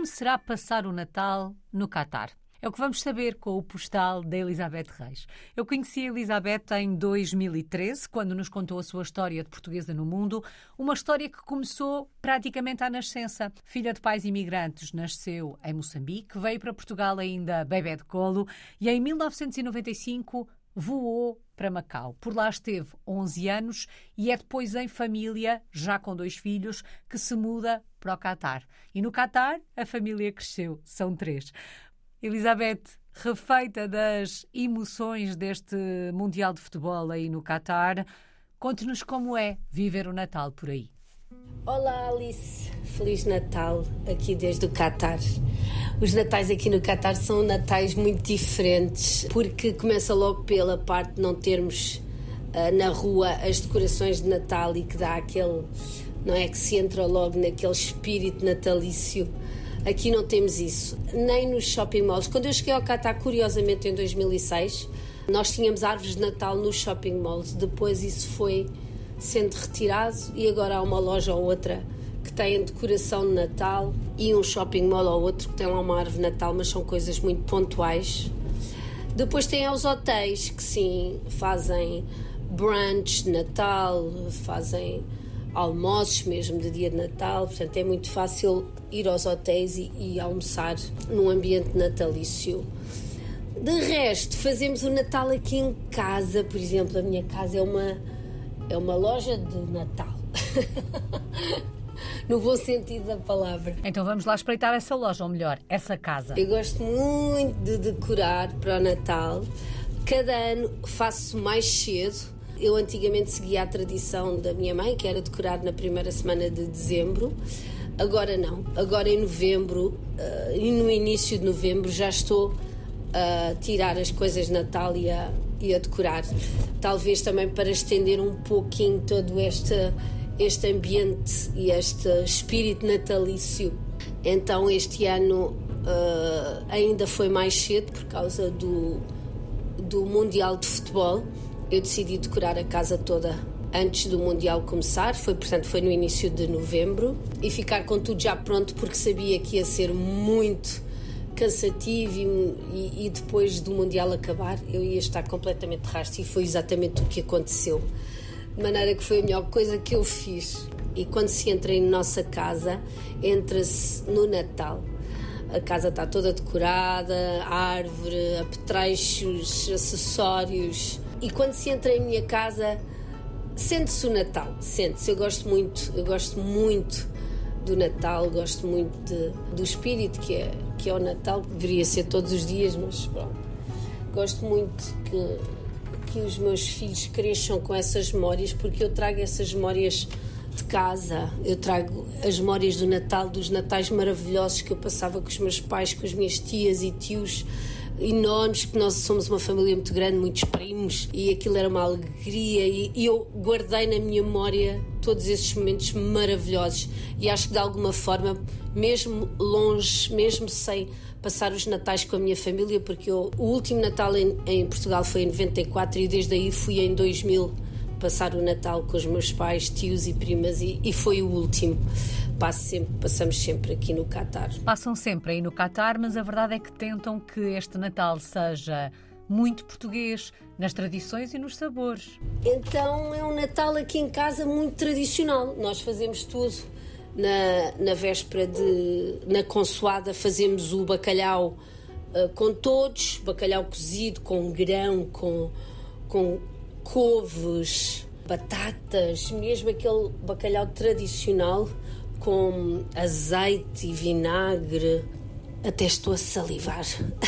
como será passar o Natal no Catar? É o que vamos saber com o postal da Elizabeth Reis. Eu conheci a Elizabeth em 2013, quando nos contou a sua história de portuguesa no mundo, uma história que começou praticamente à nascença. Filha de pais imigrantes, nasceu em Moçambique, veio para Portugal ainda bebé de colo e em 1995 voou para Macau. Por lá esteve 11 anos e é depois em família, já com 2 filhos, que se muda para o Catar. E no Catar a família cresceu, são 3. Elizabeth, refeita das emoções deste Mundial de Futebol aí no Catar, conte-nos como é viver o Natal por aí. Olá Alice, Feliz Natal aqui desde o Catar. Os natais aqui no Catar são natais muito diferentes, porque começa logo pela parte de não termos na rua as decorações de Natal e que dá aquele, não é, que se entra logo naquele espírito natalício. Aqui não temos isso, nem nos shopping malls. Quando eu cheguei ao Catar, curiosamente, em 2006, nós tínhamos árvores de Natal nos shopping malls. Depois isso foi sendo retirado e agora há uma loja ou outra que tem decoração de Natal e um shopping mall ou outro que tem lá uma árvore de Natal, mas são coisas muito pontuais. Depois tem os hotéis que sim, fazem brunch de Natal, fazem almoços mesmo de dia de Natal, portanto é muito fácil ir aos hotéis e almoçar num ambiente natalício. De resto, fazemos o Natal aqui em casa, por exemplo, a minha casa é uma loja de Natal. No bom sentido da palavra. Então vamos lá espreitar essa loja, ou melhor, essa casa. Eu gosto muito de decorar para o Natal. Cada ano faço mais cedo. Eu antigamente seguia a tradição da minha mãe, que era decorar na primeira semana de dezembro. Agora não. Agora em novembro e no início de novembro já estou a tirar as coisas de Natal e a decorar. Talvez também para estender um pouquinho todo este ambiente e este espírito natalício. Então este ano ainda foi mais cedo por causa do Mundial de Futebol. Eu decidi decorar a casa toda antes do Mundial começar, portanto foi no início de novembro, e ficar com tudo já pronto porque sabia que ia ser muito cansativo e depois do Mundial acabar eu ia estar completamente de rastro, e foi exatamente o que aconteceu, de maneira que foi a melhor coisa que eu fiz. E quando se entra em nossa casa, entra-se no Natal. A casa está toda decorada, árvore, apetrechos, acessórios. E quando se entra em minha casa, sente-se o Natal, sente-se. Eu gosto muito do Natal, gosto muito do espírito que é o Natal, que deveria ser todos os dias, mas pronto. Gosto muito que os meus filhos cresçam com essas memórias, porque eu trago essas memórias de casa, eu trago as memórias do Natal, dos natais maravilhosos que eu passava com os meus pais, com as minhas tias e tios enormes, que nós somos uma família muito grande, muitos primos, e aquilo era uma alegria, e eu guardei na minha memória todos esses momentos maravilhosos, e acho que de alguma forma, mesmo longe, mesmo sem passar os natais com a minha família, porque o último Natal em Portugal foi em 94 e desde aí fui em 2000 passar o Natal com os meus pais, tios e primas, e foi o último. Passamos sempre aqui no Catar. Passam sempre aí no Catar, mas a verdade é que tentam que este Natal seja muito português, nas tradições e nos sabores. Então é um Natal aqui em casa muito tradicional. Nós fazemos tudo. Na véspera na consoada fazemos o bacalhau com todos, bacalhau cozido, com grão, com couves, batatas, mesmo aquele bacalhau tradicional com azeite e vinagre. Até estou a salivar.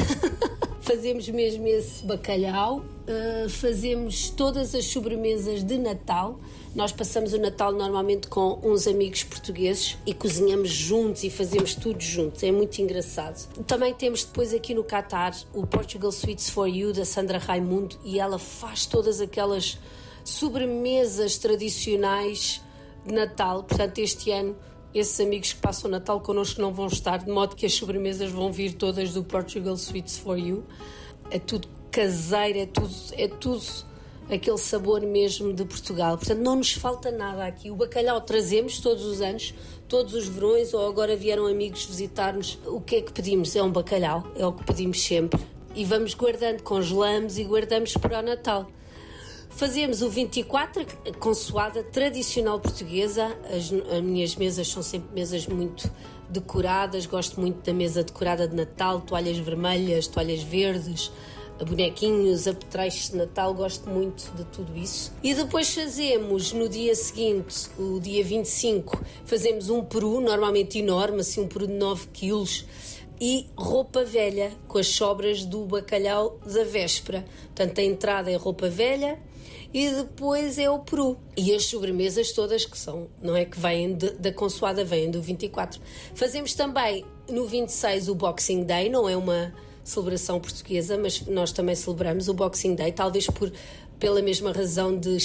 Fazemos mesmo esse bacalhau, fazemos todas as sobremesas de Natal. Nós passamos o Natal normalmente com uns amigos portugueses e cozinhamos juntos e fazemos tudo juntos. É muito engraçado. Também temos depois aqui no Catar o Portugal Sweets for You, da Sandra Raimundo, e ela faz todas aquelas sobremesas tradicionais de Natal. Portanto, este ano, esses amigos que passam o Natal connosco não vão estar, de modo que as sobremesas vão vir todas do Portugal Sweets for You. É tudo caseiro, é tudo aquele sabor mesmo de Portugal. Portanto, não nos falta nada aqui. O bacalhau trazemos todos os anos, todos os verões, ou agora vieram amigos visitar-nos. O que é que pedimos? É um bacalhau, é o que pedimos sempre. E vamos guardando, congelamos e guardamos para o Natal. Fazemos o 24, a consoada tradicional portuguesa. As minhas mesas são sempre mesas muito decoradas. Gosto muito da mesa decorada de Natal, toalhas vermelhas, toalhas verdes, bonequinhos, apetrechos de Natal. Gosto muito de tudo isso. E depois fazemos, no dia seguinte, o dia 25, fazemos um peru, normalmente enorme, assim um peru de 9 quilos, e roupa velha, com as sobras do bacalhau da véspera. Portanto, a entrada é roupa velha e depois é o peru. E as sobremesas todas que são, não é que vêm da consoada, vêm do 24. Fazemos também no 26 o Boxing Day, não é uma celebração portuguesa, mas nós também celebramos o Boxing Day, talvez pela mesma razão de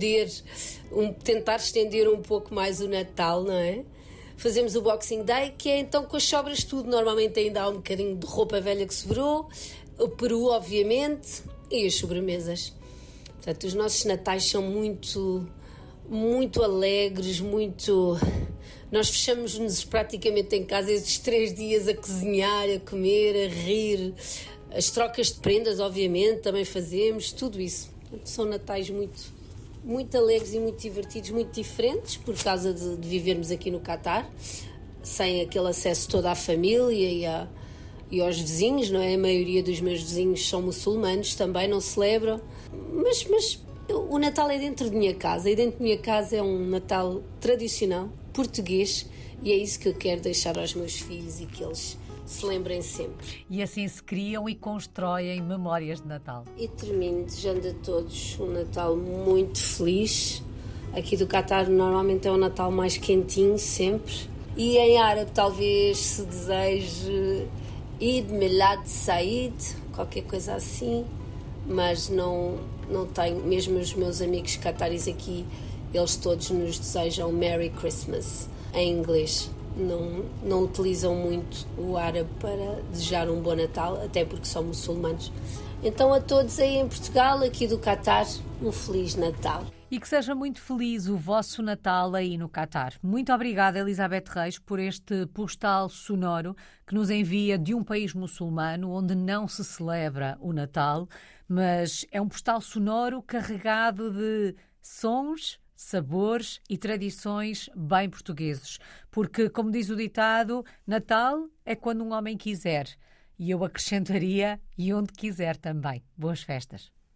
tentar estender um pouco mais o Natal, não é? Fazemos o Boxing Day, que é então com as sobras tudo. Normalmente ainda há um bocadinho de roupa velha que sobrou, o peru, obviamente, e as sobremesas. Portanto, os nossos natais são muito, muito alegres, muito... Nós fechamos-nos praticamente em casa esses 3 dias a cozinhar, a comer, a rir. As trocas de prendas, obviamente, também fazemos, tudo isso. Portanto, são natais muito alegres e muito divertidos, muito diferentes, por causa de vivermos aqui no Catar, sem aquele acesso todo à família e aos vizinhos, não é? A maioria dos meus vizinhos são muçulmanos, também não celebram, mas o Natal é dentro de minha casa, e dentro de minha casa é um Natal tradicional, português, e é isso que eu quero deixar aos meus filhos e que eles se lembrem sempre. E assim se criam e constroem memórias de Natal. E termino desejando a todos um Natal muito feliz. Aqui do Catar normalmente é um Natal mais quentinho sempre. E em árabe talvez se deseje Eid Milad Said, qualquer coisa assim. Mas não tenho, mesmo os meus amigos cataris aqui, eles todos nos desejam Merry Christmas em inglês. Não utilizam muito o árabe para desejar um bom Natal, até porque são muçulmanos. Então a todos aí em Portugal, aqui do Catar, um Feliz Natal. E que seja muito feliz o vosso Natal aí no Catar. Muito obrigada, Elizabeth Reis, por este postal sonoro que nos envia de um país muçulmano onde não se celebra o Natal, mas é um postal sonoro carregado de sons, sabores e tradições bem portugueses. Porque, como diz o ditado, Natal é quando um homem quiser. E eu acrescentaria, e onde quiser também. Boas festas.